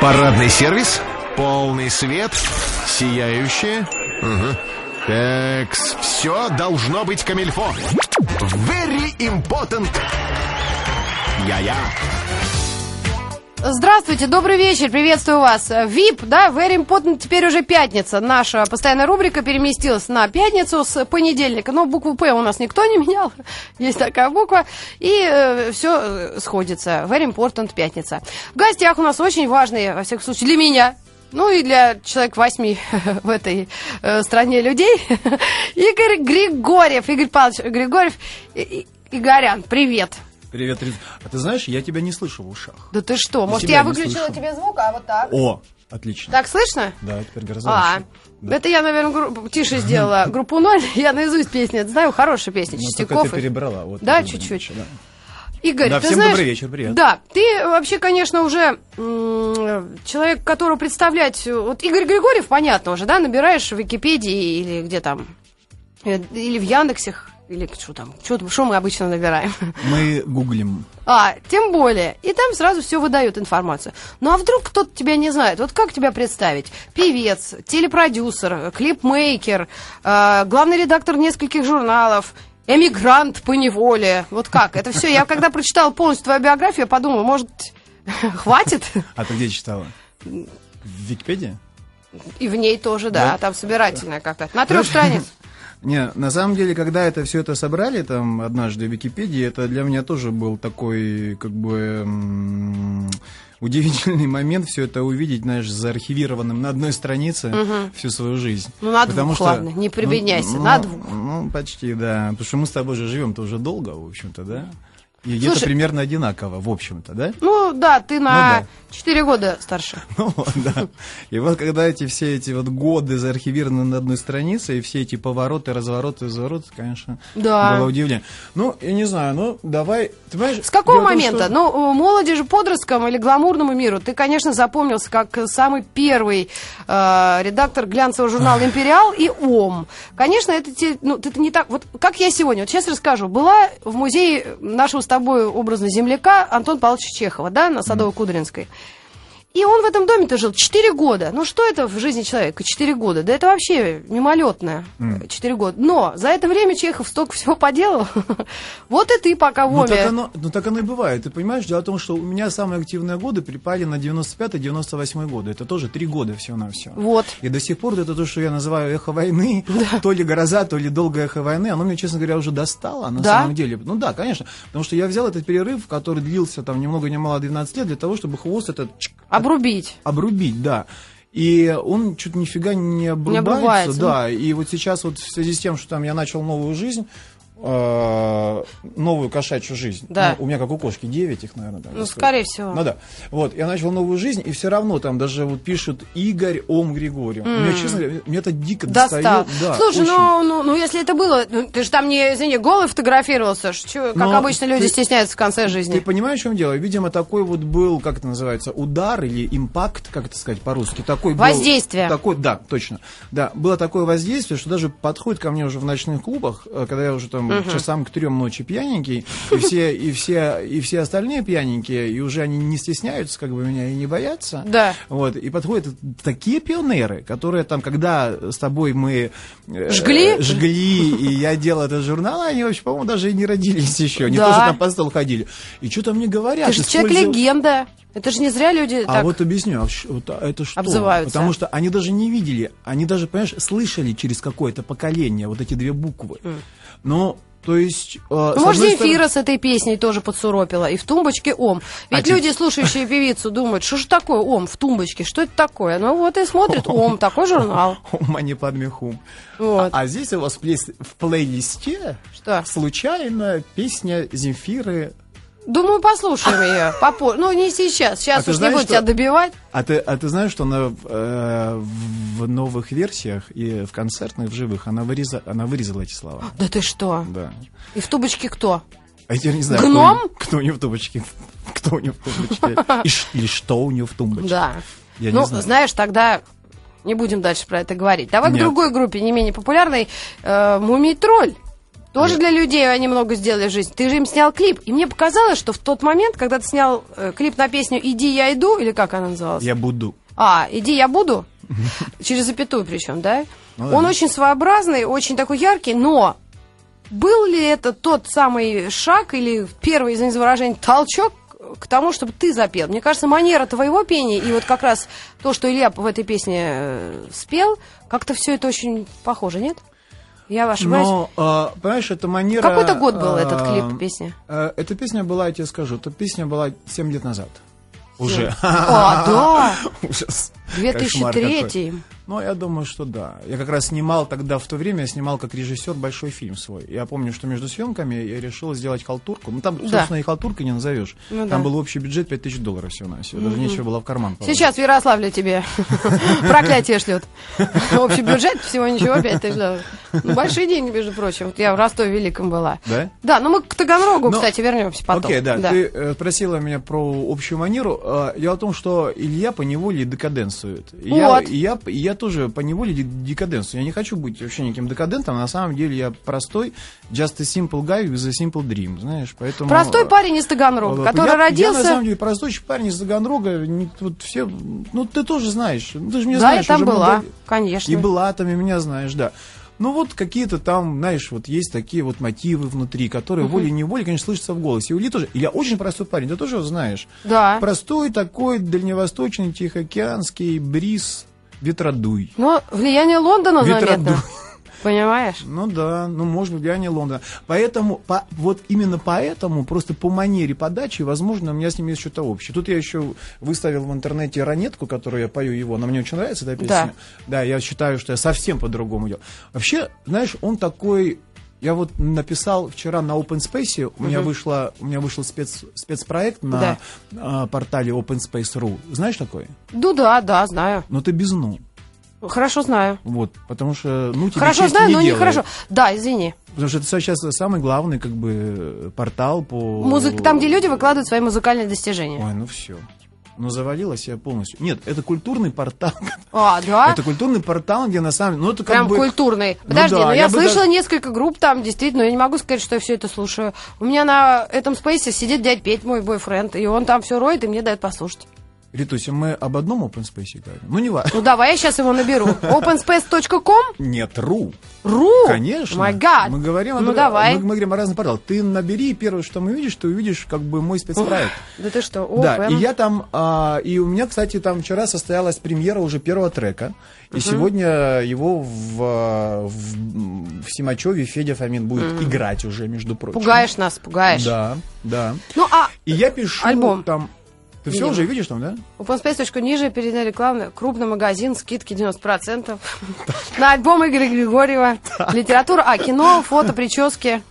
Парадный сервис, полный свет, сияющее. Угу. Такс, все должно быть камильфо. Very important. Я-я. Здравствуйте, добрый вечер, приветствую вас. VIP, да, Very Important, теперь уже пятница. Наша постоянная рубрика переместилась на пятницу с понедельника. Но букву П у нас никто не менял, есть такая буква. И все сходится. Very Important, пятница. В гостях у нас очень важные, во всяком случае, для меня, ну и для человек 8 в этой стране людей, Игорь Григорьев. Игорь Павлович Григорьев. Игорян, привет. Привет, привет. А ты знаешь, я тебя не слышу в ушах. Да ты что? Может, я выключила тебе звук, а вот так? О, отлично. Так слышно? Да, теперь гораздо лучше. Да. Это я, наверное, тише сделала. Группу 0, я наизусть песни знаю, хорошая песня, Чистяков. Ты перебрала. Вот, да, чуть-чуть. Да. Игорь, да, ты всем знаешь, добрый вечер, привет. Да, ты вообще, конечно, уже человек, которого представлять... Вот Игорь Григорьев, понятно уже, да, набираешь в Википедии или где там, или в Яндексах. Или что там? Что мы обычно набираем? Мы гуглим. Тем более. И там сразу все выдают информацию. Ну а вдруг кто-то тебя не знает? Вот как тебя представить? Певец, телепродюсер, клипмейкер, главный редактор нескольких журналов, эмигрант по неволе. Вот как? Это все. Я когда прочитала полностью твою биографию, я подумала, может, хватит? А ты где читала? В Википедии? И в ней тоже, да. Там собирательная какая-то. На 3 страницах. Не, на самом деле, когда все это собрали там однажды в Википедии, это для меня тоже был такой, как бы, удивительный момент все это увидеть, знаешь, заархивированным на одной странице всю свою жизнь. Ну, на двух, ладно, не прибедняйся, на двух. Ну, почти, да. Потому что мы с тобой же живем-то уже долго, в общем-то, да? И где-то примерно одинаково, в общем-то, да? Ну, да, ты на 4 года старше. Ну, да. И вот когда все эти вот годы заархивированы на одной странице, и все эти повороты, развороты, конечно, было удивление. Ну, я не знаю, ну, давай... Ты понимаешь, с какого момента? Ну, молодежи, подросткам или гламурному миру ты, конечно, запомнился как самый первый редактор глянцевого журнала «Империал» и «Ом». Конечно, это не так... Вот как я сегодня, вот сейчас расскажу. Была в музее нашего с тобой образно земляка Антона Павловича Чехова, да, на Садово-Кудринской. И он в этом доме-то жил 4 года. Ну, что это в жизни человека? 4 года. Да это вообще мимолетное. 4 года. Но за это время Чехов столько всего поделал. Вот и ты пока в Оме. Ну, так оно и бывает. Ты понимаешь, дело в том, что у меня самые активные годы припали на 95-98 годы. Это тоже 3 года всего-навсего. Вот. И до сих пор это то, что я называю эхо войны. Да. То ли гроза, то ли долгое эхо войны. Оно мне, честно говоря, уже достало на самом деле. Ну да, конечно. Потому что я взял этот перерыв, который длился там ни много ни мало 12 лет, для того, чтобы хвост этот... Обрубить, да. И он что-то нифига не обрубается. Да. И вот сейчас вот в связи с тем, что там я начал новую жизнь, новую кошачью жизнь. Да. Ну, у меня как у кошки 9 их, наверное. Ну, скорее всего. Ну да. Вот, я начал новую жизнь, и все равно там даже вот пишут Игорь Ом Григорьев. Мне, честно говоря, мне это дико достает. Да, слушай, ну если это было, ты же там не, извини, голый фотографировался, как обычно люди стесняются в конце жизни. Ты понимаешь, в чем дело? Видимо, такой вот был, как это называется, удар или импакт, как это сказать по-русски, такой воздействие. Да, точно. Да, было такое воздействие, что даже подходит ко мне уже в ночных клубах, когда я уже там часам к 3 ночи пьяненький, и все остальные пьяненькие, и уже они не стесняются, как бы меня и не боятся. Да. Вот, и подходят такие пионеры, которые там, когда с тобой мы жгли, и я делал этот журнал, они вообще, по-моему, даже и не родились еще, не то, что там по столу ходили. И что-то мне говорят. Ты же человек-легенда. Это же не зря люди так вот объясню, это что? Обзываются. Потому что они даже не видели, они даже, понимаешь, слышали через какое-то поколение вот эти 2 буквы. Но, то есть... может, Земфира с этой песней тоже подсуропила, и в тумбочке Ом. Ведь люди, слушающие певицу, думают, что же такое Ом в тумбочке, что это такое? Ну вот и смотрят Ом, такой журнал. Ом, а не подмехум. Вот. А здесь у вас в плейлисте случайно песня Земфиры. Думаю, послушаем ее попозже. Ну, не сейчас. Сейчас уж не буду тебя добивать. А ты знаешь, что она в новых версиях и в концертных, в живых, она вырезала эти слова? Да ты что? Да. И в тумбочке кто? А я не знаю. Гном? Кто у нее в тумбочке? Кто у нее в тумбочке? Или что у нее в тумбочке? Да. Я не знаю. Знаешь, тогда... Не будем дальше про это говорить. Давай к другой группе, не менее популярной. Мумий-тролль. Тоже для людей они много сделали в жизни. Ты же им снял клип. И мне показалось, что в тот момент, когда ты снял клип на песню «Иди, я иду», или как она называлась? Я буду. «Иди, я буду». Через запятую причем, да? Ну, Он да. очень своеобразный, очень такой яркий, но был ли это тот самый шаг или первый, извините за выражение, толчок к тому, чтобы ты запел? Мне кажется, манера твоего пения и вот как раз то, что Илья в этой песне спел, как-то все это очень похоже, нет? Я ошибаюсь? Но, понимаешь, это манера... Какой-то год был этот клип песни? Эта песня была, я тебе скажу, эта песня была 7 лет назад. Уже. Да. Ужас. 2003. Ну, я думаю, что да. Я как раз снимал тогда, в то время, я снимал как режиссер большой фильм свой. Я помню, что между съемками я решил сделать халтурку. Ну, там, собственно, и халтуркой не назовешь. Ну, там был общий бюджет $5000 всего-навсего. Даже нечего было в карман положить. Сейчас в Ярославле тебе проклятие шлют. Общий бюджет всего ничего, $5000. Большие деньги, между прочим. Вот я в Ростове-Великом была. Да? Да, но мы к Таганрогу, кстати, вернемся потом. Окей, да. Ты спросила меня про общую манеру. Дело в том, что Илья поневоле декаденствует. Вот. Я тоже поневоле декаденствую. Я не хочу быть вообще никаким декадентом. На самом деле я простой, just a simple guy with a simple dream, знаешь, поэтому... Простой парень из Таганрога, который родился... Я, на самом деле, простой парень из Таганрога. Вот все... Ну, ты тоже знаешь. Ты же меня да, знаешь. Да, я там уже была, конечно. И была там, и меня знаешь, да. Ну, вот какие-то там, знаешь, вот есть такие вот мотивы внутри, которые волей-неволей, конечно, слышатся в голосе. И у Ильи тоже. Илья очень простой парень, ты тоже его знаешь. Да. Простой такой дальневосточный, тихоокеанский бриз, ветродуй. Ну, влияние Лондона заметно. Ветродуй. Понимаешь? Ну да, ну может быть влияние Лондона. Поэтому, вот именно поэтому, просто по манере подачи, возможно, у меня с ним есть что-то общее. Тут я еще выставил в интернете ранетку, которую я пою его, она мне очень нравится, эта песня. Да, я считаю, что я совсем по-другому делал. Вообще, знаешь, он такой... Я вот написал вчера на Open Space, у меня вышел спецпроект на портале OpenSpace.ru. Знаешь такой? Ну да, знаю. Но ты без «ну». Хорошо знаю. Вот, потому что, тебе хорошо честь знаю, не но делает. нехорошо. Да, извини. Потому что это сейчас самый главный, как бы, портал по... Там, где люди выкладывают свои музыкальные достижения. Ой, ну все. Ну, завалилась я полностью. Нет, это культурный портал. Да? Это культурный портал, где на самом деле... Ну, это как прям бы... культурный. Подожди, я слышала несколько групп там, действительно, я не могу сказать, что я все это слушаю. У меня на этом спейсе сидит дядь Петь, мой бойфренд, и он там все роет и мне дает послушать. Ритуся, мы об одном Open Space говорим? Ну, не важно. Ну, давай я сейчас его наберу. openspace.com? Нет, .ru. .ru? Конечно. My God. Мы говорим давай. Мы говорим о разных порталах. Ты набери, первое, что мы видишь, ты увидишь, как бы, мой спецпроект. Да ты что? Да, и я там... и у меня, кстати, там вчера состоялась премьера уже первого трека. И сегодня его в Симачеве Федя Фомин будет играть уже, между прочим. Пугаешь нас, пугаешь. Да. Ну, и я пишу альбом. Там... Ты все уже видишь там, да? OpenSpace. Ниже передняя реклама. Крупный магазин, скидки 90%. На альбом Игоря Григорьева. Литература, кино, фото, прически.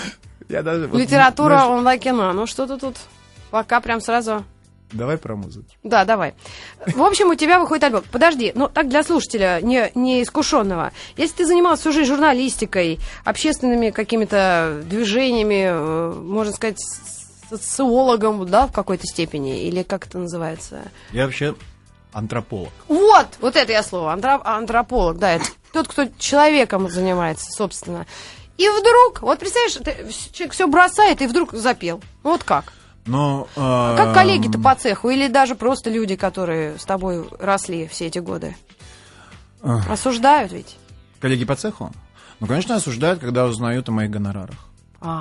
Литература, онлайн-кино. Ну, что-то тут пока прям сразу... Давай про музыку. Да, давай. В общем, у тебя выходит альбом. Подожди, так для слушателя, не искушенного. Если ты занимался всю жизнь журналистикой, общественными какими-то движениями, можно сказать, социологом, да, в какой-то степени, или как это называется? Я вообще антрополог. Вот это я слово, антрополог, да, это тот, кто человеком занимается, собственно. И вдруг, вот представляешь, человек все бросает и вдруг запел. Вот как? Но, как коллеги-то по цеху, или даже просто люди, которые с тобой росли все эти годы? Осуждают ведь? Коллеги по цеху? Ну, конечно, осуждают, когда узнают о моих гонорарах.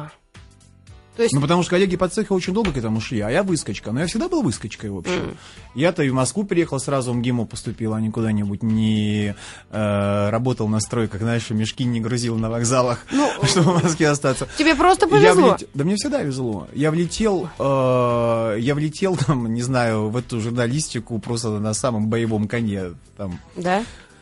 То есть... Ну, потому что коллеги по цеху очень долго к этому шли, а я выскочка. Но я всегда был выскочкой, в общем. Я-то и в Москву приехал, сразу в МГИМО поступил, а не куда-нибудь не работал на стройках, знаешь, мешки не грузил на вокзалах, чтобы в Москве остаться. Тебе просто повезло. Да мне всегда везло. Я влетел там, не знаю, в эту журналистику просто на самом боевом коне. Там. Да?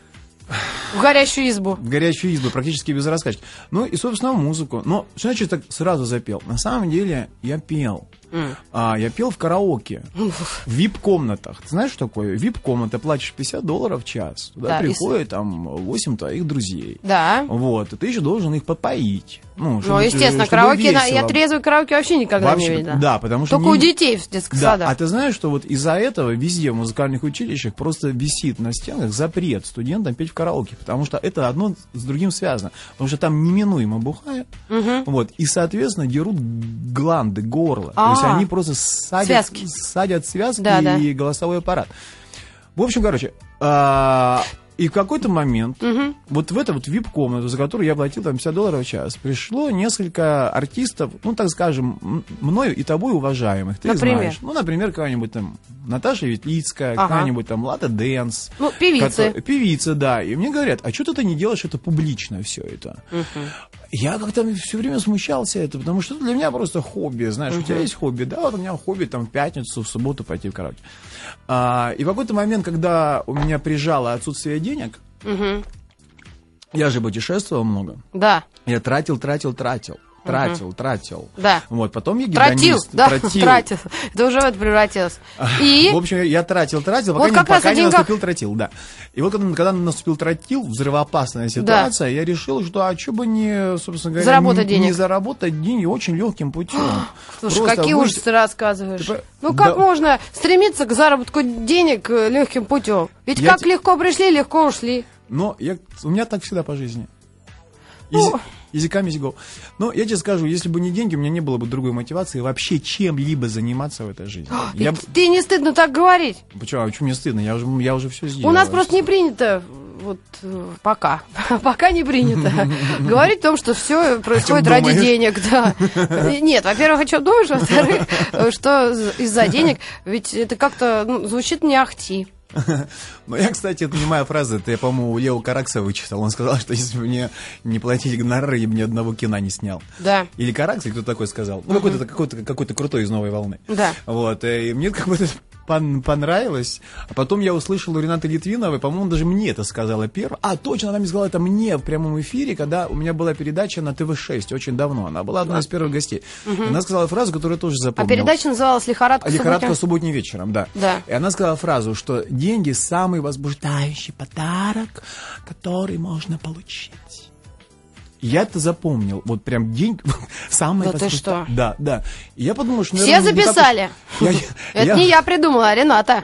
В горящую избу. В горящую избу, практически без раскачки. Ну и, собственно, музыку. Но, что значит, так сразу запел? На самом деле, я пел. Я пел в караоке. В вип-комнатах. Ты знаешь, что такое? Вип-комната, платишь $50 в час. Туда приходят там 8 твоих друзей. Да. Вот. И ты еще должен их попоить. Ну, естественно, караоке, я трезвый караоке вообще никогда не видела. Да, потому что... Только у детей в детских садах. А ты знаешь, что вот из-за этого везде в музыкальных училищах просто висит на стенах запрет студентам петь в караоке. потому что это одно с другим связано. Потому что там неминуемо бухают, вот, и, соответственно, дерут гланды, горло. То есть они просто садят связки и голосовой аппарат. В общем, короче, и в какой-то момент вот в эту вот вип-комнату, за которую я платил там $50 в час, пришло несколько артистов, ну, так скажем, мною и тобой уважаемых. Ты знаешь. Ну, например, какая-нибудь там Наташа Ветлицкая, какая-нибудь там Лада Дэнс. Ну, певицы. Певицы, да. И мне говорят, а что ты не делаешь это публично все это? Я как-то все время смущался это, потому что это для меня просто хобби. Знаешь, у тебя есть хобби, да, вот у меня хобби там в пятницу, в субботу пойти в караоке. И в какой-то момент, когда у меня прижало отсутствие денег, я же путешествовал много. Да. Я тратил. Да. Вот, потом я гедонист. Тратил. Это уже в это превратилось. И? В общем, я тратил, пока не наступил тротил, да. И вот когда наступил тротил, взрывоопасная ситуация, я решил, что что бы не, собственно говоря, не заработать деньги очень легким путем. Слушай, какие ужасы ты рассказываешь. Ну, как можно стремиться к заработку денег легким путем? Ведь как легко пришли, легко ушли. Но у меня так всегда по жизни. Easy come, easy go. Но я тебе скажу, если бы не деньги, у меня не было бы другой мотивации вообще чем-либо заниматься в этой жизни. Ты не стыдно так говорить? Почему? А почему мне стыдно? Я уже все сделал. У нас просто не принято, вот пока не принято говорить о том, что все происходит ради денег. Да. Нет, во-первых, о чем думаешь, во-вторых, что из-за денег, ведь это как-то звучит не ахти. Ну, я, кстати, это не моя фраза, это я, по-моему, у Лео Каракса вычитал. Он сказал, что если бы мне не платили гонорары, я бы ни одного кино не снял. Да. Или Каракс, или кто такой сказал. Ну, какой-то крутой из «Новой волны». Да. Вот, и мне как бы это понравилось. А потом я услышал у Ренаты Литвиновой, по-моему, даже мне это сказала первая. Точно, она мне сказала это мне в прямом эфире, когда у меня была передача на ТВ-6, очень давно. Она была одной из первых гостей. Она сказала фразу, которую я тоже запомнил. А передача называлась «Лихорадка субботним вечером», да. И она сказала фразу, что деньги самый возбуждающий подарок, который можно получить. Я это запомнил. Вот прям деньги самое. Да ты что? Да. И я подумал, что... Все записали. Это не я придумала, а Рената.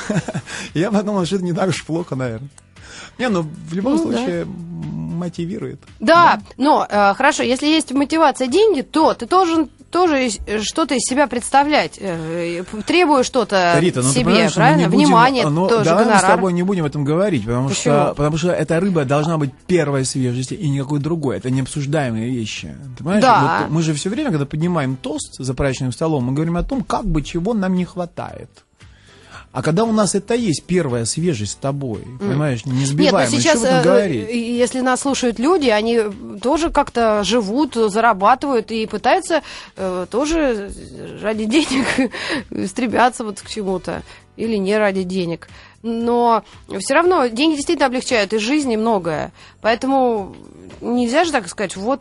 Я подумал, что это не так уж плохо, наверное. В любом случае мотивирует. Да, но хорошо, если есть мотивация деньги, то ты должен тоже что-то из себя представлять, требуя что-то себе, правильно? Внимание, тоже давай гонорар. Мы с тобой не будем об этом говорить, потому что эта рыба должна быть первой свежести и никакой другой. Это необсуждаемые вещи. Ты понимаешь? Да. Вот мы же все время, когда поднимаем тост за праздничным столом, мы говорим о том, как бы чего нам не хватает. А когда у нас это есть первая свежесть с тобой, понимаешь, не сбиваем, Нет, сейчас, что об этом говорить? Если нас слушают люди, они тоже как-то живут, зарабатывают и пытаются тоже ради денег стремятся вот к чему-то. Или не ради денег. Но все равно деньги действительно облегчают и жизнь, и многое. Поэтому нельзя же так сказать, вот,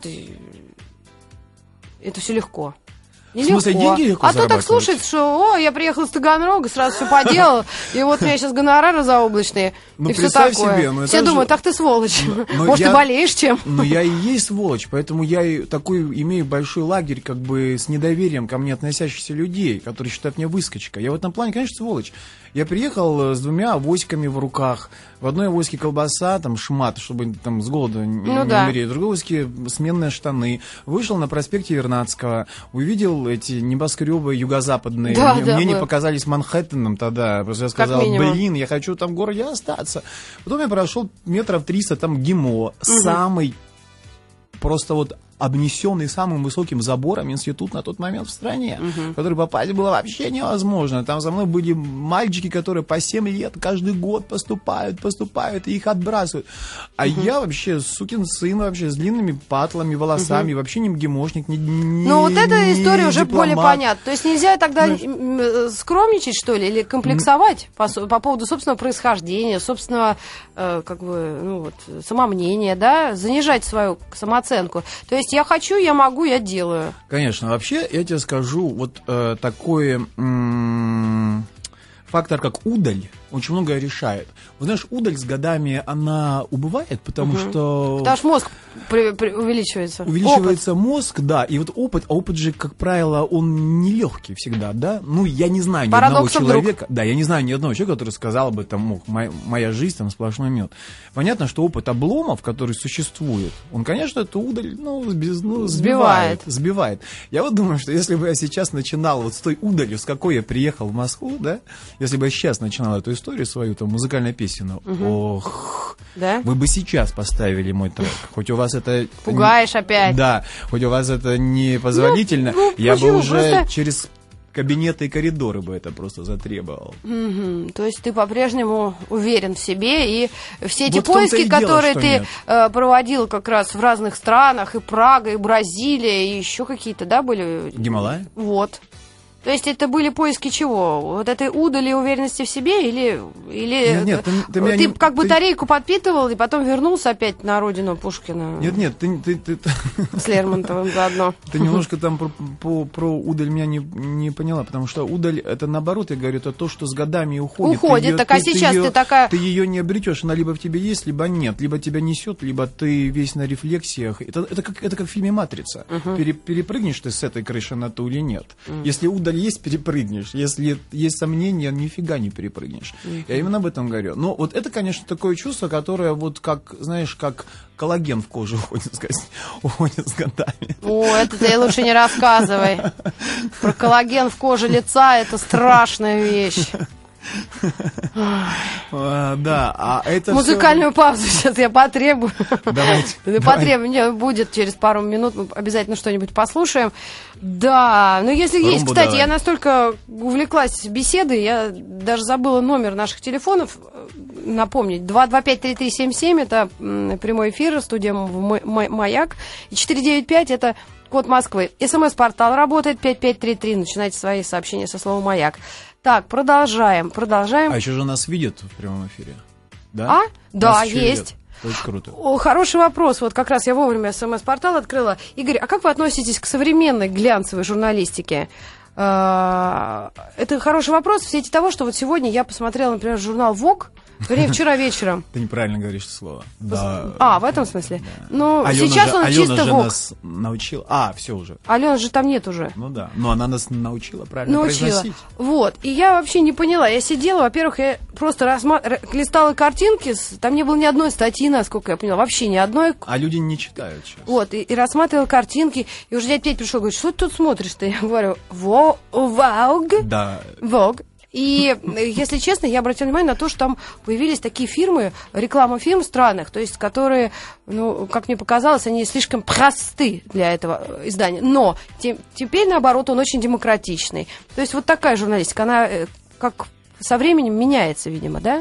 это все легко. В смысле, деньги легко А то так слушает, что я приехал из Таганрога, сразу все поделал, и вот у меня сейчас гонорары заоблачные, и все такое. Все думают, ах ты сволочь, может, ты болеешь чем? Ну, я и есть сволочь, поэтому я и такой имею большой лагерь, как бы, с недоверием ко мне относящихся людей, которые считают меня выскочкой. Я в этом плане, конечно, сволочь. Я приехал с 2 авоськами в руках. В одной авоське колбаса, там шмат, чтобы там с голоду не умереть. В другой авоське сменные штаны. Вышел на проспекте Вернадского, увидел эти небоскребы юго-западные. Мне не показались Манхэттеном тогда. Просто я сказал, я хочу там в городе остаться. Потом я прошел метров 300, там ГИМО, самый просто вот обнесенный самым высоким забором институт на тот момент в стране, в который попасть было вообще невозможно. Там за мной были мальчики, которые по 7 лет каждый год поступают, и их отбрасывают. А я вообще сукин сын, вообще с длинными патлами, волосами, вообще не МГИМОшник, Ну вот эта история уже более понятна. То есть нельзя тогда скромничать, что ли, или комплексовать по поводу собственного происхождения, собственного самомнения, да, занижать свою самооценку. То есть я хочу, я могу, я делаю. Конечно. Вообще, я тебе скажу, вот такой фактор, как удаль, очень многое решает. Вы знаешь, удаль с годами, она убывает, потому что мозг увеличивается. Увеличивается мозг, да, и вот опыт же, как правило, он нелегкий всегда, да. Ну, я не знаю ни одного человека, я не знаю ни одного человека, который сказал бы, там, моя жизнь, там, сплошной мед. Понятно, что опыт обломов, который существует, он, конечно, эту удаль, сбивает. Я вот думаю, что если бы я сейчас начинал вот с той удалью, с какой я приехал в Москву, да, если бы я сейчас начинал эту историю свою, там, музыкально-песенную, вы бы сейчас поставили мой трек, хоть у вас это... Пугаешь опять. Да, хоть у вас это непозволительно, я бы уже через кабинеты и коридоры бы это просто затребовал. То есть ты по-прежнему уверен в себе, и все эти поиски, которые ты проводил как раз в разных странах, и Прага, и Бразилия, и еще какие-то, да, были? Гималай? Вот. То есть это были поиски чего? Вот этой удали уверенности в себе или нет, ты как батарейку подпитывал и потом вернулся опять на родину Пушкина? Нет, ты с Лермонтовым заодно. Ты немножко там про удаль меня не поняла, потому что удаль, это наоборот, я говорю, это то, что с годами уходит. Ты ее не обретешь, она либо в тебе есть, либо нет, либо тебя несет, либо ты весь на рефлексиях. Это как в фильме «Матрица». Перепрыгнешь ты с этой крыши на ту или нет. Если удаль есть, перепрыгнешь. Если есть сомнения, нифига не перепрыгнешь. Я именно об этом говорю. Но вот это, конечно, такое чувство, которое вот как, знаешь, как коллаген в коже уходит с годами. О, это ты лучше не рассказывай. Про коллаген в коже лица — это страшная вещь. Да, а это музыкальную паузу сейчас я потребую. Давайте. Мне будет через пару минут, мы обязательно что-нибудь послушаем. Да, ну если есть, кстати, я настолько увлеклась беседой, я даже забыла номер наших телефонов напомнить. 225-3377 это прямой эфир, студия «Маяк», и 495 это код Москвы. СМС-портал работает 5533, начинайте свои сообщения со словом «Маяк». Так, продолжаем. А еще же нас видят в прямом эфире, да? Да, есть. Очень круто. Хороший вопрос. Вот как раз я вовремя СМС-портал открыла. Игорь, а как вы относитесь к современной глянцевой журналистике? Это хороший вопрос в свете того, что вот сегодня я посмотрела, например, журнал «Vogue», вернее, вчера вечером. Ты неправильно говоришь слово. В этом смысле? Ну, сейчас он чисто «Vogue». Алена же нас научила. Все уже. Алена же там нет уже. Ну да, но она нас научила правильно произносить. Вот, и я вообще не поняла. Я сидела, во-первых, я просто листала картинки, там не было ни одной статьи, насколько я поняла, вообще ни одной. А люди не читают сейчас. Вот, и рассматривала картинки, и уже дядя Петя пришел, говорит, что ты тут смотришь-то? Я говорю, Vogue. Да. Vogue. И, если честно, я обратила внимание на то, что там появились такие фирмы, реклама фирм странных, то есть, которые, ну, как мне показалось, они слишком просты для этого издания. Но теперь, наоборот, он очень демократичный. То есть, вот такая журналистика, она как со временем меняется, видимо, да?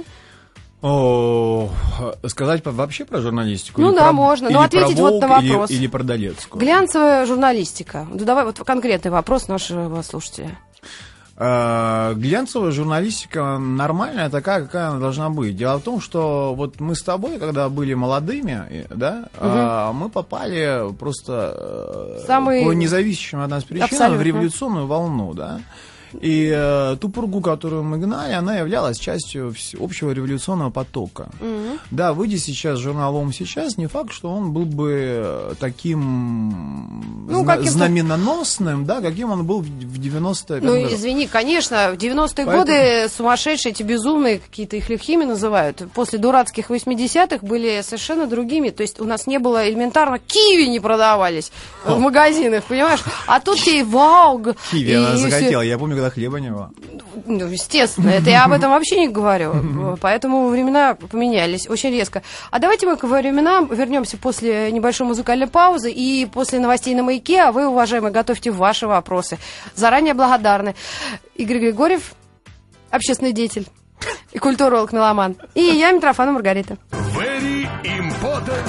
Сказать вообще про журналистику? Ну да, можно. Но ответить вот на вопрос. Или про Долецкую. Глянцевая журналистика. Ну, давай вот конкретный вопрос нашего слушателя. Глянцевая журналистика нормальная, такая, какая она должна быть. Дело в том, что вот мы с тобой, когда были молодыми, да, мы попали просто по независящим от нас причинам в революционную волну, да. И ту пургу, которую мы гнали, она являлась частью общего революционного потока. Да, выйдя сейчас журнал «Ом сейчас», не факт, что он был бы таким знаменоносным, да, каким он был в 90-е годы. Ну, извини, конечно, в 90-е годы сумасшедшие, эти безумные, какие-то их лихими называют, после дурацких 80-х были совершенно другими. То есть у нас не было элементарно, киви не продавались в магазинах, понимаешь? А тут тебе Vogue. Киви она захотела, я помню, когда хлеба не было. Ну, естественно, это я об этом вообще не говорю. Поэтому времена поменялись очень резко. А давайте мы к временам вернемся после небольшой музыкальной паузы и после новостей на «Маяке», а вы, уважаемые, готовьте ваши вопросы. Заранее благодарны. Игорь Григорьев, общественный деятель и культуролог-меломан. И я, Митрофанова Маргарита. Very important.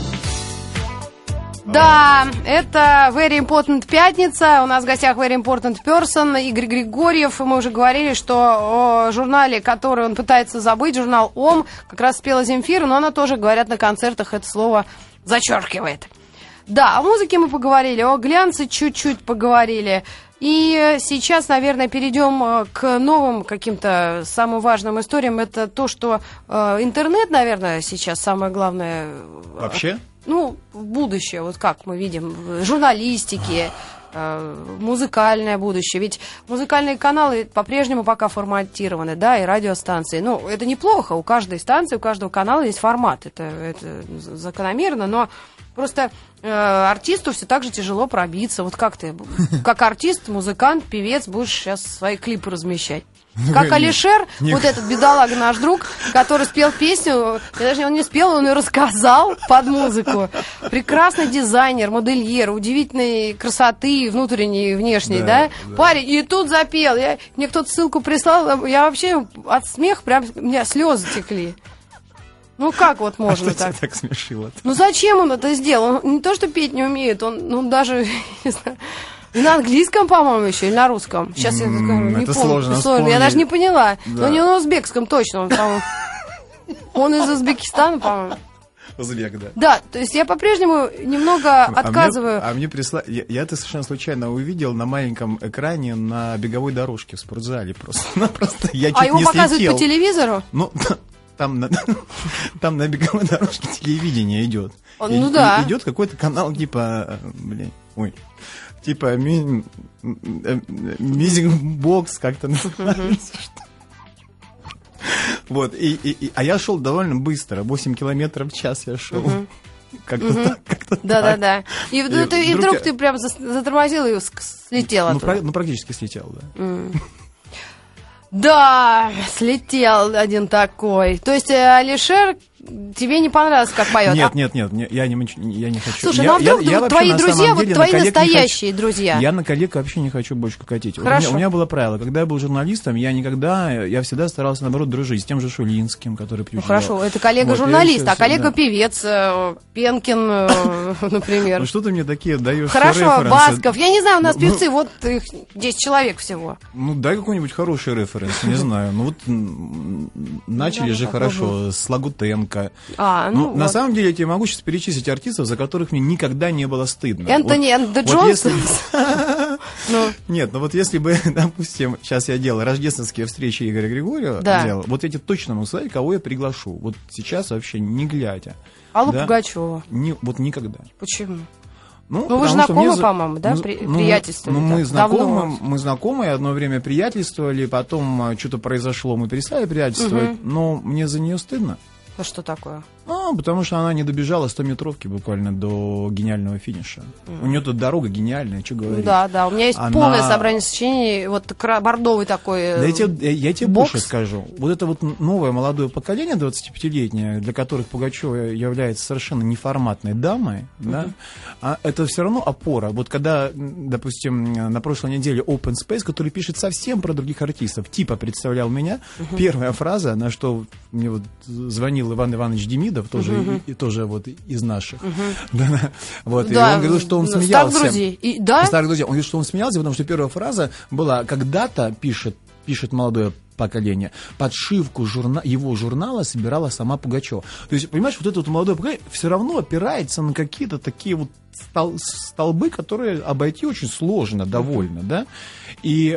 Да, это Very Important пятница. У нас в гостях Very Important Person Игорь Григорьев. Мы уже говорили, что о журнале, который он пытается забыть, журнал «Ом», как раз спела Земфира, но она тоже, говорят, на концертах это слово зачеркивает. Да, о музыке мы поговорили, о глянце чуть-чуть поговорили. И сейчас, наверное, перейдем к новым каким-то самым важным историям. Это то, что интернет, наверное, сейчас самое главное. Вообще? Ну, будущее, вот как мы видим, в журналистике, музыкальное будущее. Ведь музыкальные каналы по-прежнему пока форматированы, да, и радиостанции. Ну, это неплохо, у каждой станции, у каждого канала есть формат, это закономерно, но просто артисту все так же тяжело пробиться. Вот как ты, как артист, музыкант, певец, будешь сейчас свои клипы размещать? Как Алишер, вот этот бедолага наш друг, который спел песню, даже он не спел, он ее рассказал под музыку. Прекрасный дизайнер, модельер, удивительной красоты, внутренней и внешней, да? Парень, и тут запел. Мне кто-то ссылку прислал, я вообще от смеха прям, у меня слезы текли. Ну как вот можно так? Так смешило. Ну зачем он это сделал? Он не то, что петь не умеет, он даже, не знаю... На английском, по-моему, еще, или на русском? Сейчас я не это помню. Сложно. Я даже не поняла. Да. Но не на узбекском точно, он, по-моему. Он из Узбекистана, по-моему. Узбек, да. Да, то есть я по-прежнему немного отказываю. Мне прислали... Я это совершенно случайно увидел на маленьком экране на беговой дорожке в спортзале просто. Я чуть его не показывают слетел. по телевизору? Ну, там на беговой дорожке телевидение идет. Ну да. Идет какой-то канал типа... Типа Music Box как-то называется. Вот, а я шел довольно быстро, 8 километров в час я шел. Как-то так. Да. И вдруг ты прям затормозил и слетел оттуда. Ну, практически слетел, да. Да, слетел один такой. То есть Алишер тебе не понравилось, как поет? Нет, я не хочу. Слушай, ну а вдруг твои друзья, вот твои настоящие друзья? Я на коллег вообще не хочу больше катить. У Хорошо. меня было правило, когда я был журналистом, я всегда старался, наоборот, дружить с тем же Шулинским, который приезжал. Ну хорошо, это коллега-журналист, а коллега-певец, Пенкин, например. Ну что ты мне такие даешь? Хорошо, Басков. Я не знаю, у нас певцы, вот их 10 человек всего. Ну дай какой-нибудь хороший референс, не знаю. Ну вот начали же хорошо с Лагутенко. На самом деле я тебе могу сейчас перечислить артистов, за которых мне никогда не было стыдно. Энтони Джонсон? Нет, ну вот если бы, допустим, сейчас я делал рождественские встречи Игоря Григорьева, вот эти точно могу сказать, кого я приглашу. Вот сейчас вообще не глядя. Аллу Пугачеву? Вот никогда. Почему? Ну, вы же знакомы, по-моему, да? Приятельствовали? Мы знакомы, одно время приятельствовали, потом что-то произошло, мы перестали приятельствовать, но мне за нее стыдно. А что такое? Потому что она не добежала 100-метровки буквально до гениального финиша. У нее тут дорога гениальная, что говорить. Да, у меня есть полное собрание сочинений, вот бордовый такой. Да я тебе больше скажу. Вот это вот новое молодое поколение, 25-летнее, для которых Пугачева является совершенно неформатной дамой, да, это все равно опора. Вот когда, допустим, на прошлой неделе Open Space, который пишет совсем про других артистов, типа представлял меня, первая фраза, на что мне вот звонил Иван Иванович Демидов, тоже, тоже вот из наших. Вот, и он говорил, что он смеялся. Старых друзей. Он говорит, что он смеялся, потому что первая фраза была: когда-то, пишет молодое поколение, подшивку его журнала собирала сама Пугачева. То есть, понимаешь, вот это вот молодое поколение все равно опирается на какие-то такие вот столбы, которые обойти очень сложно довольно, да? И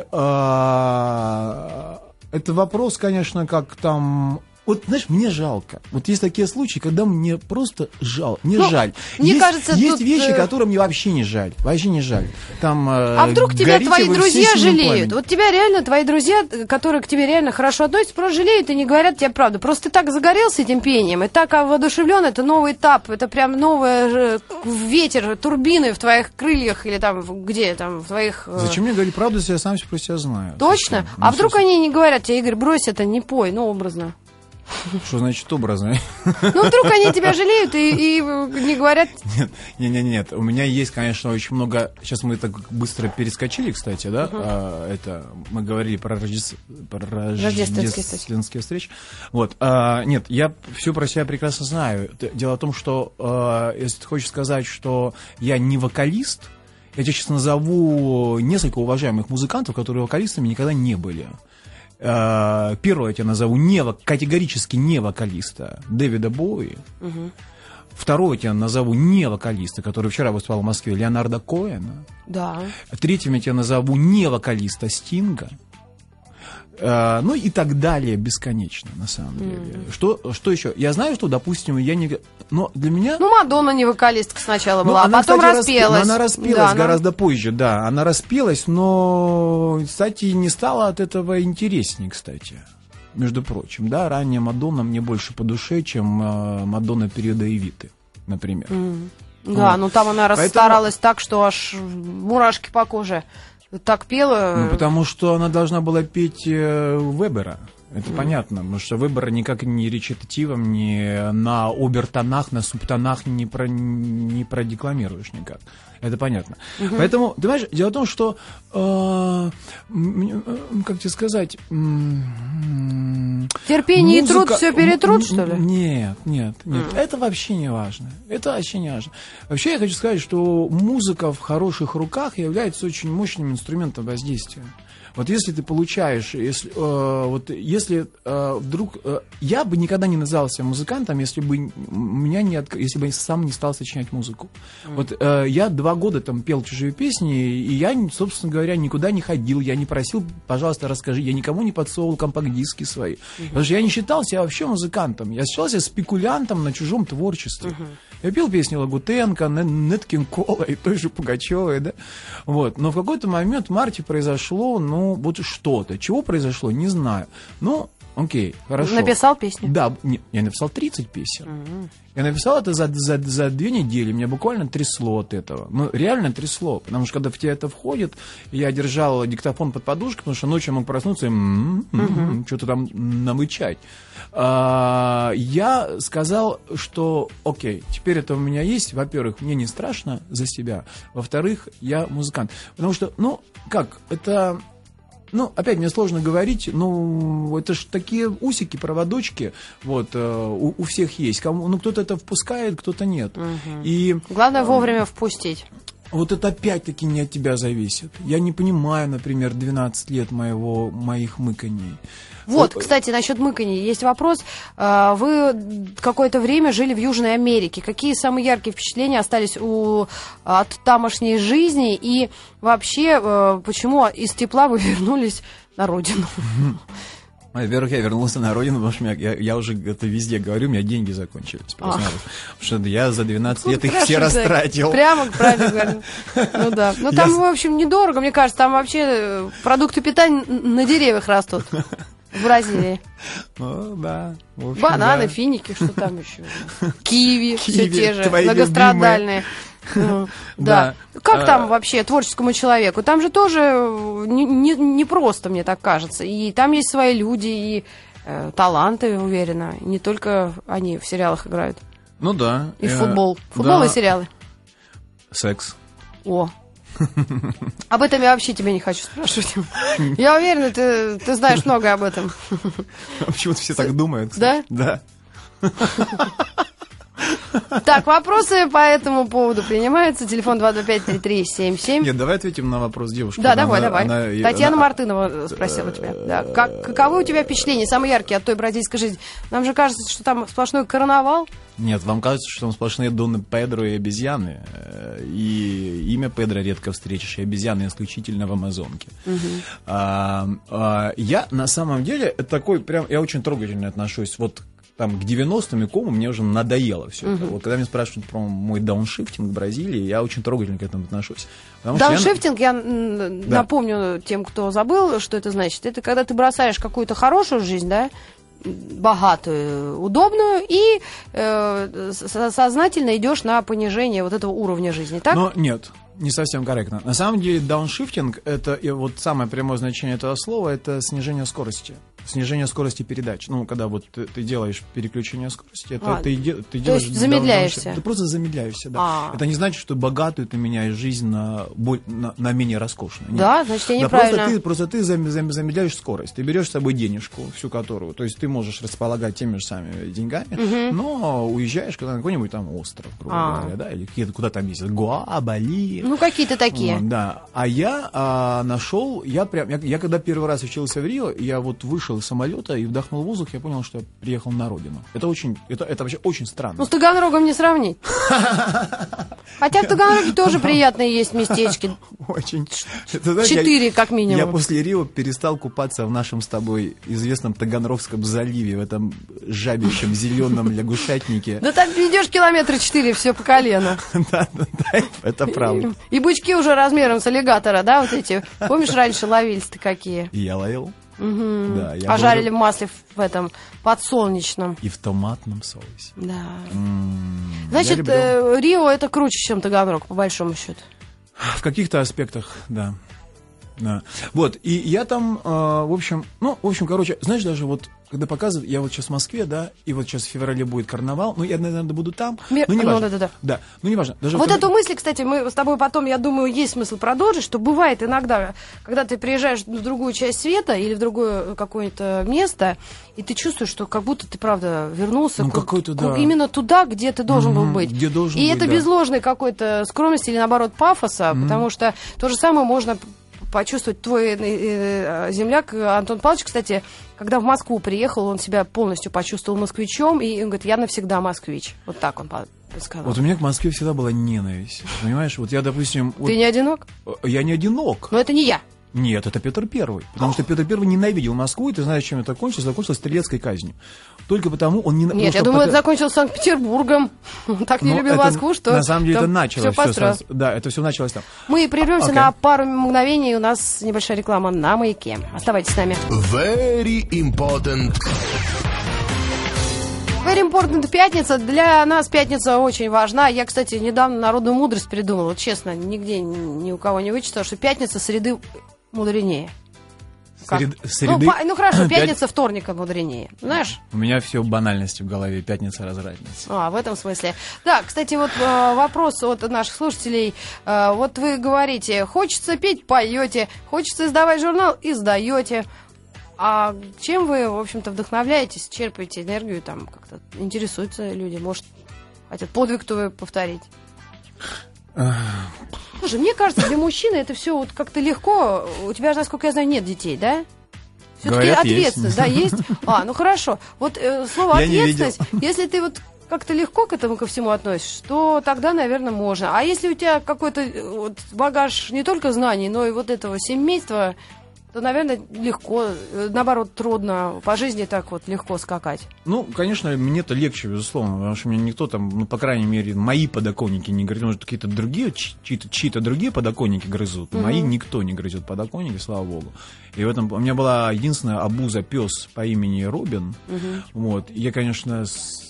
это вопрос, конечно, как там... Вот, знаешь, мне жалко. Вот есть такие случаи, когда мне просто жаль. Мне кажется, есть вещи, которые мне вообще не жаль. Вообще не жаль. Там, а вдруг тебя твои друзья жалеют? Вот тебя реально, твои друзья, которые к тебе реально хорошо относятся, просто жалеют и не говорят тебе правду. Просто ты так загорелся этим пением, и так воодушевлен, это новый этап, это прям новый ветер, турбины в твоих крыльях или там, где там, в твоих... Зачем мне говорить правду, если я сам про себя знаю? Точно? А вдруг они не говорят тебе: Игорь, брось это, не пой, образно. Что значит образно? Ну, вдруг они тебя жалеют и не говорят... Нет. У меня есть, конечно, очень много... Сейчас мы так быстро перескочили, кстати, да? Это мы говорили про рождественские встречи. Вот. Нет, я все про себя прекрасно знаю. Дело в том, что если ты хочешь сказать, что я не вокалист, я тебе сейчас назову несколько уважаемых музыкантов, которые вокалистами никогда не были. Первого я тебе назову категорически не вокалиста Дэвида Боуи. Второго я назову не вокалиста, который вчера выступал в Москве, Леонардо Коэна. Да. Третьим я назову не вокалиста Стинга. Ну и так далее бесконечно, на самом деле. Что еще? Я знаю, что, допустим, я не... Но для меня... Ну, Мадонна не вокалистка сначала была, она, а потом кстати, распелась. Она распелась гораздо позже, да. Она распелась, но, кстати, не стало от этого интереснее, кстати. Между прочим, да, ранняя Мадонна мне больше по душе, чем Мадонна периода Эвиты, например. Да, ну там она расстаралась так, что аж мурашки по коже. Так пела. Ну, потому что она должна была петь Вебера. Это понятно, потому что Вебера никак ни речитативом, ни на обертонах, на субтонах не продекламируешь никак. Это понятно. Поэтому, ты понимаешь, дело в том, что, как тебе сказать... Терпение и труд все перетрут, что ли? Нет. Это вообще не важно. Это вообще не важно. Вообще я хочу сказать, что музыка в хороших руках является очень мощным инструментом воздействия. Вот если ты получаешь, если вдруг... я бы никогда не назывался музыкантом, если бы если бы я сам не стал сочинять музыку. Вот я 2 года там пел чужие песни, и я, собственно говоря, никуда не ходил, я не просил, пожалуйста, расскажи, я никому не подсовывал компакт-диски свои. Потому что я не считал себя вообще музыкантом, я считал себя спекулянтом на чужом творчестве. Я пел песни Лагутенко, Нэт Кинг Кола и той же Пугачевой, да. Вот. Но в какой-то момент в марте произошло, вот что-то. Чего произошло, не знаю. Окей, хорошо. Написал песню? Да, нет, я написал 30 песен. Я написал это за 2 недели, меня буквально трясло от этого. Реально трясло, потому что когда в тебя это входит, я держал диктофон под подушкой, потому что ночью я мог проснуться и что-то там намычать. Я сказал, что окей, теперь это у меня есть. Во-первых, мне не страшно за себя. Во-вторых, я музыкант. Потому что, это... опять мне сложно говорить, это ж такие усики, проводочки, у всех есть. Кто-то это впускает, кто-то нет. И, главное вовремя впустить. Вот это опять-таки не от тебя зависит. Я не понимаю, например, 12 лет моих мыканий. Кстати, насчет мыканий есть вопрос. Вы какое-то время жили в Южной Америке. Какие самые яркие впечатления остались от тамошней жизни? И вообще, почему из тепла вы вернулись на родину? Во-первых, я вернулся на родину, потому что я уже это везде говорю, у меня деньги закончились. Потому что я за 12 лет их все растратил. Прямо правильно говорю. Ну да. Но там, в общем, недорого, мне кажется. Там вообще продукты питания на деревьях растут. В Бразилии. Да. Бананы, финики, что там еще? Киви, все те же, многострадальные. Да. Как там вообще творческому человеку? Там же тоже не просто, мне так кажется. И там есть свои люди, и таланты, уверена. Не только они в сериалах играют. Ну да. И футбол. Футбол и сериалы. Секс. Об этом я вообще тебя не хочу спрашивать. Я уверена, ты знаешь много об этом. Почему-то все так думают. Да? Да. Так, вопросы по этому поводу принимаются. Телефон 225-3377. Нет, давай ответим на вопрос девушки. Да, давай. Татьяна Мартынова спросила тебя. Да. Каковы у тебя впечатления, самые яркие от той бразильской жизни? Нам же кажется, что там сплошной карнавал. Нет, вам кажется, что там сплошные Донны Педро и обезьяны. И имя Педро редко встретишь, и обезьяны исключительно в Амазонке. Я, на самом деле, это такой прям... Я очень трогательно отношусь там к 90-м и кому мне уже надоело все это. Когда меня спрашивают про мой дауншифтинг в Бразилии, я очень трогательно к этому отношусь. Дауншифтинг, я напомню тем, кто забыл, что это значит. Это когда ты бросаешь какую-то хорошую жизнь, да, богатую, удобную, и сознательно идешь на понижение вот этого уровня жизни, так? Но нет, не совсем корректно. На самом деле дауншифтинг, это самое прямое значение этого слова, это снижение скорости. Снижение скорости передач. Когда ты делаешь переключение скорости, ты делаешь... То есть замедляешься? Ты просто замедляешься, да. Это не значит, что богатую ты меняешь жизнь на менее роскошную. Да, значит, я неправильно. Просто ты замедляешь скорость. Ты берешь с собой денежку, всю которую... То есть ты можешь располагать теми же самыми деньгами, но уезжаешь на какой-нибудь там остров, грубо говоря, да, или куда там есть, Гоа, Бали. Какие-то такие. Да. А я нашел... Я когда первый раз учился в Рио, я вышел вышел из самолета и вдохнул воздух, я понял, что я приехал на родину. Это вообще очень странно. Ну, с Таганрогом не сравнить. Хотя в Таганроге тоже приятные есть местечки. Очень. 4, как минимум. Я после Рио перестал купаться в нашем с тобой известном Таганрогском заливе, в этом жабищем зеленом лягушатнике. Да там идешь километра 4, все по колено. Да, это правда. И бычки уже размером с аллигатора, да, вот эти. Помнишь, раньше ловились-то какие? И я ловил. Да, пожарили в масле в этом подсолнечном. И в томатном соусе. Да. Значит, Рио это круче, чем Таганрог, по большому счету. В каких-то аспектах, да. Да. Вот, и я там, в общем, короче, знаешь, даже вот, когда показывают, я вот сейчас в Москве, да, и вот сейчас в феврале будет карнавал, я, наверное, буду там, но не важно. Да, не важно. Даже вот эту мысль, кстати, мы с тобой потом, я думаю, есть смысл продолжить, что бывает иногда, когда ты приезжаешь в другую часть света или в другое какое-то место, и ты чувствуешь, что как будто ты, правда, вернулся именно туда, где ты должен был быть. Где должен и быть, это без ложной какой-то скромности или, наоборот, пафоса, потому что то же самое можно почувствовать. Твой земляк Антон Павлович, кстати, когда в Москву приехал, он себя полностью почувствовал москвичом, и он говорит, я навсегда москвич. Вот так он сказал. Вот у меня к Москве всегда была ненависть, понимаешь? Вот я, допустим... Ты не одинок? Я не одинок. Но это не я. Нет, это Петр Первый. Потому что Петр Первый ненавидел Москву, и ты знаешь, чем это закончилось? Закончилось стрелецкой казнью. Только потому он ненавидел... Нет, я думаю, это закончилось Санкт-Петербургом. Он так не любил Москву, что... На самом деле это началось все. Да, это все началось там. Мы прервемся на пару мгновений. У нас небольшая реклама на Маяке. Оставайтесь с нами. Very important. Very important пятница. Для нас пятница очень важна. Я, кстати, недавно народную мудрость придумала. Вот честно, нигде ни у кого не вычитала, что пятница среды мудренее. Среды... Ну хорошо, пятница вторника мудренее. Знаешь? У меня все банальности в голове. Пятница разрадница. В этом смысле. Да, кстати, вот вопрос от наших слушателей. Вот вы говорите, хочется петь, поете, хочется издавать журнал, издаете. А чем вы, в общем-то, вдохновляетесь, черпаете энергию, там как-то интересуются люди, может, хотят подвиг твой повторить? Слушай, мне кажется, для мужчины это все вот как-то легко. У тебя, насколько я знаю, нет детей, да? Все-таки ответственность, да, есть? Ну хорошо. Вот слово ответственность, если ты вот как-то легко к этому ко всему относишься, то тогда, наверное, можно. А если у тебя какой-то вот багаж не только знаний, но и вот этого семейства, то, наверное, легко, наоборот, трудно по жизни так вот легко скакать. Ну, конечно, мне-то легче, безусловно, потому что мне никто там, по крайней мере, мои подоконники не грызет, может, какие-то другие, чьи-то другие подоконники грызут, мои никто не грызет подоконники, слава богу. И в этом у меня была единственная обуза пес по имени Робин, вот, я, конечно,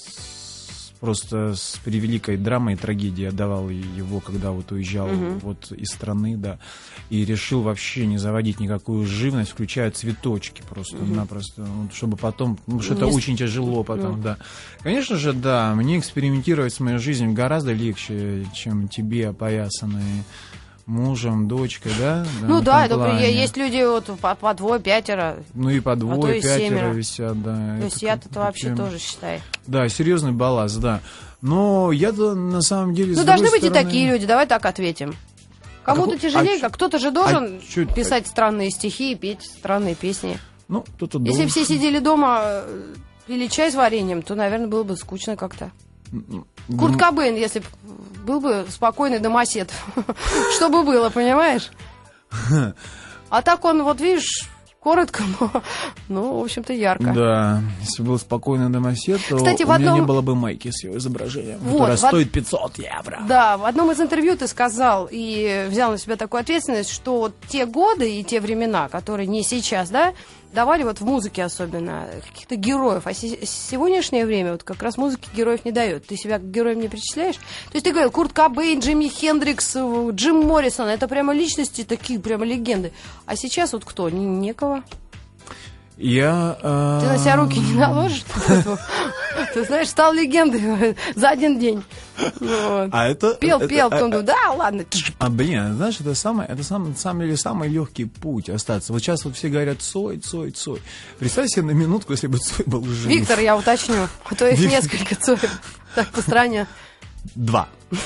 просто с превеликой драмой и трагедией отдавал его, когда вот уезжал вот из страны, да, и решил вообще не заводить никакую живность, включая цветочки просто-напросто, чтобы потом, потому что это очень тяжело потом, да. Конечно же, да, мне экспериментировать с моей жизнью гораздо легче, чем тебе, опоясанные мужем, дочкой, да? Ну да, есть люди вот по двое, пятеро. Ну и по двое, пятеро висят, да. То есть я-то вообще тоже считаю. Да, серьезный балласт, да. Но я-то на самом деле... Ну должны быть и такие люди, давай так ответим. Кому-то тяжелее, кто-то же должен писать странные стихи и петь странные песни. Ну, кто-то должен. Если все сидели дома, пили чай с вареньем, то, наверное, было бы скучно как-то. Курт Кобейн, если был бы спокойный домосед, что бы было, понимаешь? А так он, вот видишь, коротко, но, в общем-то, ярко. Да, если был спокойный домосед, то кстати, у меня не было бы майки с его изображением, которая стоит 500 евро. Да, в одном из интервью ты сказал и взял на себя такую ответственность, что вот те годы и те времена, которые не сейчас, да, давали вот в музыке особенно каких-то героев, а сегодняшнее время вот как раз музыки героев не дает. Ты себя к героям не причисляешь? То есть ты говорил, Курт Кобейн, Джимми Хендрикс, Джим Моррисон, это прямо личности, такие прямо легенды. А сейчас вот кто? Некого. Ты на себя руки не наложишь? Ты знаешь, стал легендой за один день. Пел, потом думаю, да, ладно. Знаешь, это на самом деле самый легкий путь остаться. Вот сейчас вот все говорят Цой. Представь себе на минутку, если бы Цой был жив. Виктор, я уточню, а то их несколько Цоев. Так, по стране. 2.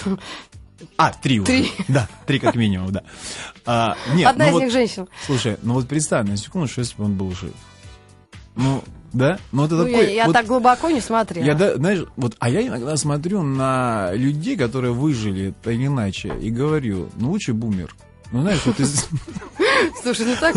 3 уже. 3. Да, 3 как минимум, да. Нет, одна из них женщина. Слушай, ну вот представь на секунду, что если бы он был жив. Ну, да? Ну, это такой... Я так глубоко не смотрела. Знаешь, я иногда смотрю на людей, которые выжили, так или иначе, и говорю, лучше бумер. Ну, знаешь, вот из... Слушай, так...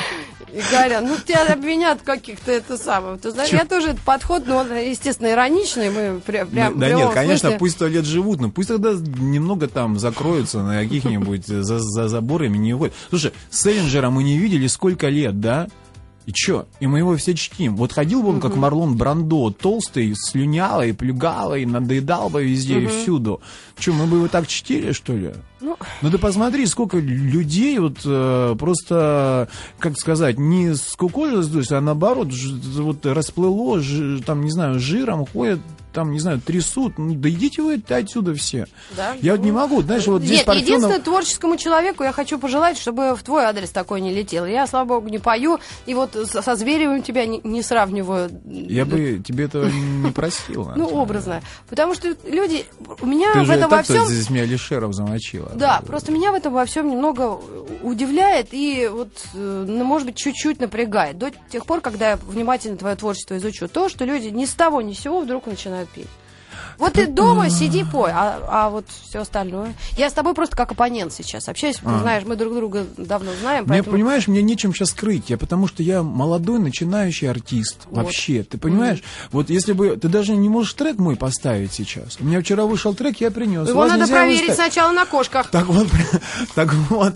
Игоря, тебя обвинят в каких-то это самое. Ты знаешь, я тоже этот подход, он, естественно, ироничный. Мы прям да нет, конечно, пусть 100 лет живут, но пусть тогда немного там закроются на каких-нибудь за заборами, не выходят. Слушай, Селлинджера мы не видели сколько лет, да? И чё? И мы его все чтим. Вот ходил бы он, как Марлон Брандо, толстый, слюнялый, плюгалый, надоедал бы везде и всюду. Чё, мы бы его так чтили, что ли? Ну ты посмотри, сколько людей просто, как сказать, не скукожилось, а наоборот, расплыло, там, не знаю, жиром ходят, там, не знаю, трясут. Да идите вы отсюда все. Да? Я не могу, знаешь, здесь Нет, единственное, творческому человеку я хочу пожелать, чтобы в твой адрес такой не летел. Я, слава богу, не пою, и со Зверевым тебя не сравниваю. Я бы тебе этого не просил. Образно. Потому что люди, у меня ты в этом во всем... Ты здесь меня Алишеров замочила. Да, просто меня в этом во всем немного удивляет и может быть, чуть-чуть напрягает. До тех пор, когда я внимательно твое творчество изучу, то, что люди ни с того, ни с сего вдруг начинают петь. Вот ты дома сиди, пой, а вот все остальное. Я с тобой просто как оппонент сейчас общаюсь. Ты знаешь, мы друг друга давно знаем. Поэтому... Понимаешь, мне нечем сейчас скрыть. Потому что я молодой, начинающий артист. Вообще, ты понимаешь? Вот если бы... Ты даже не можешь трек мой поставить сейчас. У меня вчера вышел трек, я принес. Его надо проверить сначала на кошках. Так вот,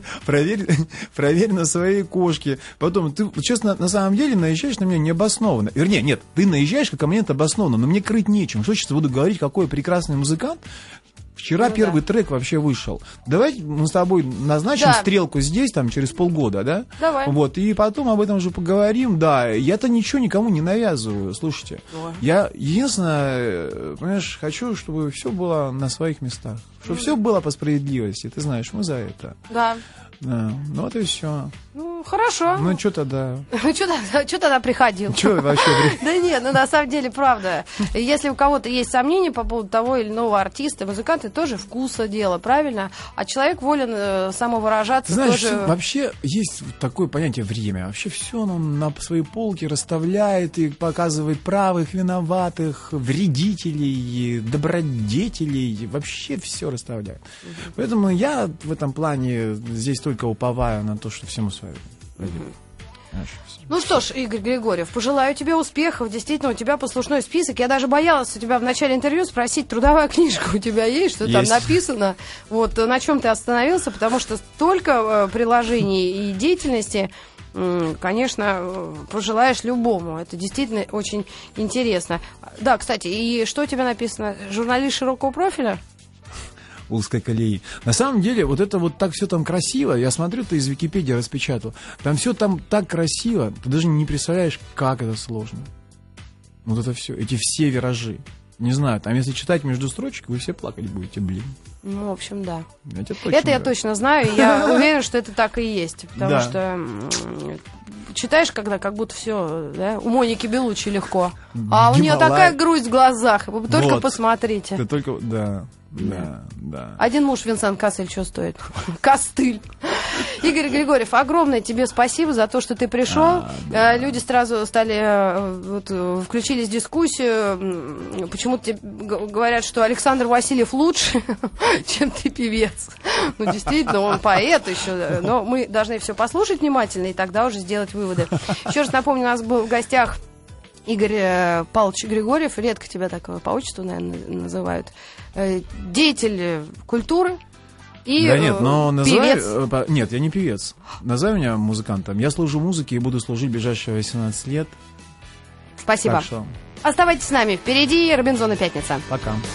проверь на своей кошке. Потом, ты, честно, на самом деле наезжаешь на меня необоснованно. Вернее, нет, ты наезжаешь как оппонент обоснованно, но мне крыть нечем. Что сейчас буду говорить, какой прекрасный музыкант. Вчера первый трек вообще вышел. Давай мы с тобой назначим стрелку здесь, там, через полгода, да? Давай. И потом об этом уже поговорим. Да, я-то ничего никому не навязываю, слушайте. Я единственное, понимаешь, хочу, чтобы все было на своих местах. Чтобы все было по справедливости. Ты знаешь, мы за это. Да. Да, вот и все. Хорошо. Что тогда? Что тогда приходил? Что вообще? Да нет, на самом деле, правда. Если у кого-то есть сомнения по поводу того или иного артиста, музыканты тоже вкуса дело, правильно? А человек волен самовыражаться. Знаешь, тоже... вообще есть такое понятие время. Вообще все он на свои полки расставляет и показывает правых, виноватых, вредителей, добродетелей. Вообще все расставляет. Поэтому я в этом плане здесь только уповаю на то, что всему свое. Ну что ж, Игорь Григорьев, пожелаю тебе успехов. Действительно, у тебя послушной список. Я даже боялась у тебя в начале интервью спросить, трудовая книжка у тебя есть, что там написано, на чем ты остановился, потому что столько приложений и деятельности, конечно, пожелаешь любому. Это действительно очень интересно. Да, кстати, и что у тебя написано? Журналист широкого профиля? Узкой колеи. На самом деле, это так все там красиво. Я смотрю, ты из Википедии распечатал. Там все там так красиво. Ты даже не представляешь, как это сложно. Это все, эти все виражи. Не знаю, там если читать между строчек, вы все плакать будете, блин. В общем, да. Это я точно знаю, и я уверена, что это так и есть. Потому что читаешь, когда как будто все, да, у Моники Белуччи легко. А у нее такая грусть в глазах. Вы только посмотрите. Ты только, да. Один муж Винсан Кассель что стоит? Костыль. Игорь Григорьев, огромное тебе спасибо за то, что ты пришел. Люди сразу стали, включились в дискуссию. Почему-то говорят, что Александр Васильев лучше, чем ты певец. Действительно, он поэт еще. Но мы должны все послушать внимательно и тогда уже сделать выводы. Еще раз напомню, у нас был в гостях Игорь Павлович Григорьев. Редко тебя так по отчеству, наверное, называют. Деятель культуры. И да нет, но певец. Нет, я не певец. Назови меня музыкантом. Я служу музыке и буду служить ближайшие 18 лет. Спасибо. Оставайтесь с нами. Впереди Робинзон и Пятница. Пока.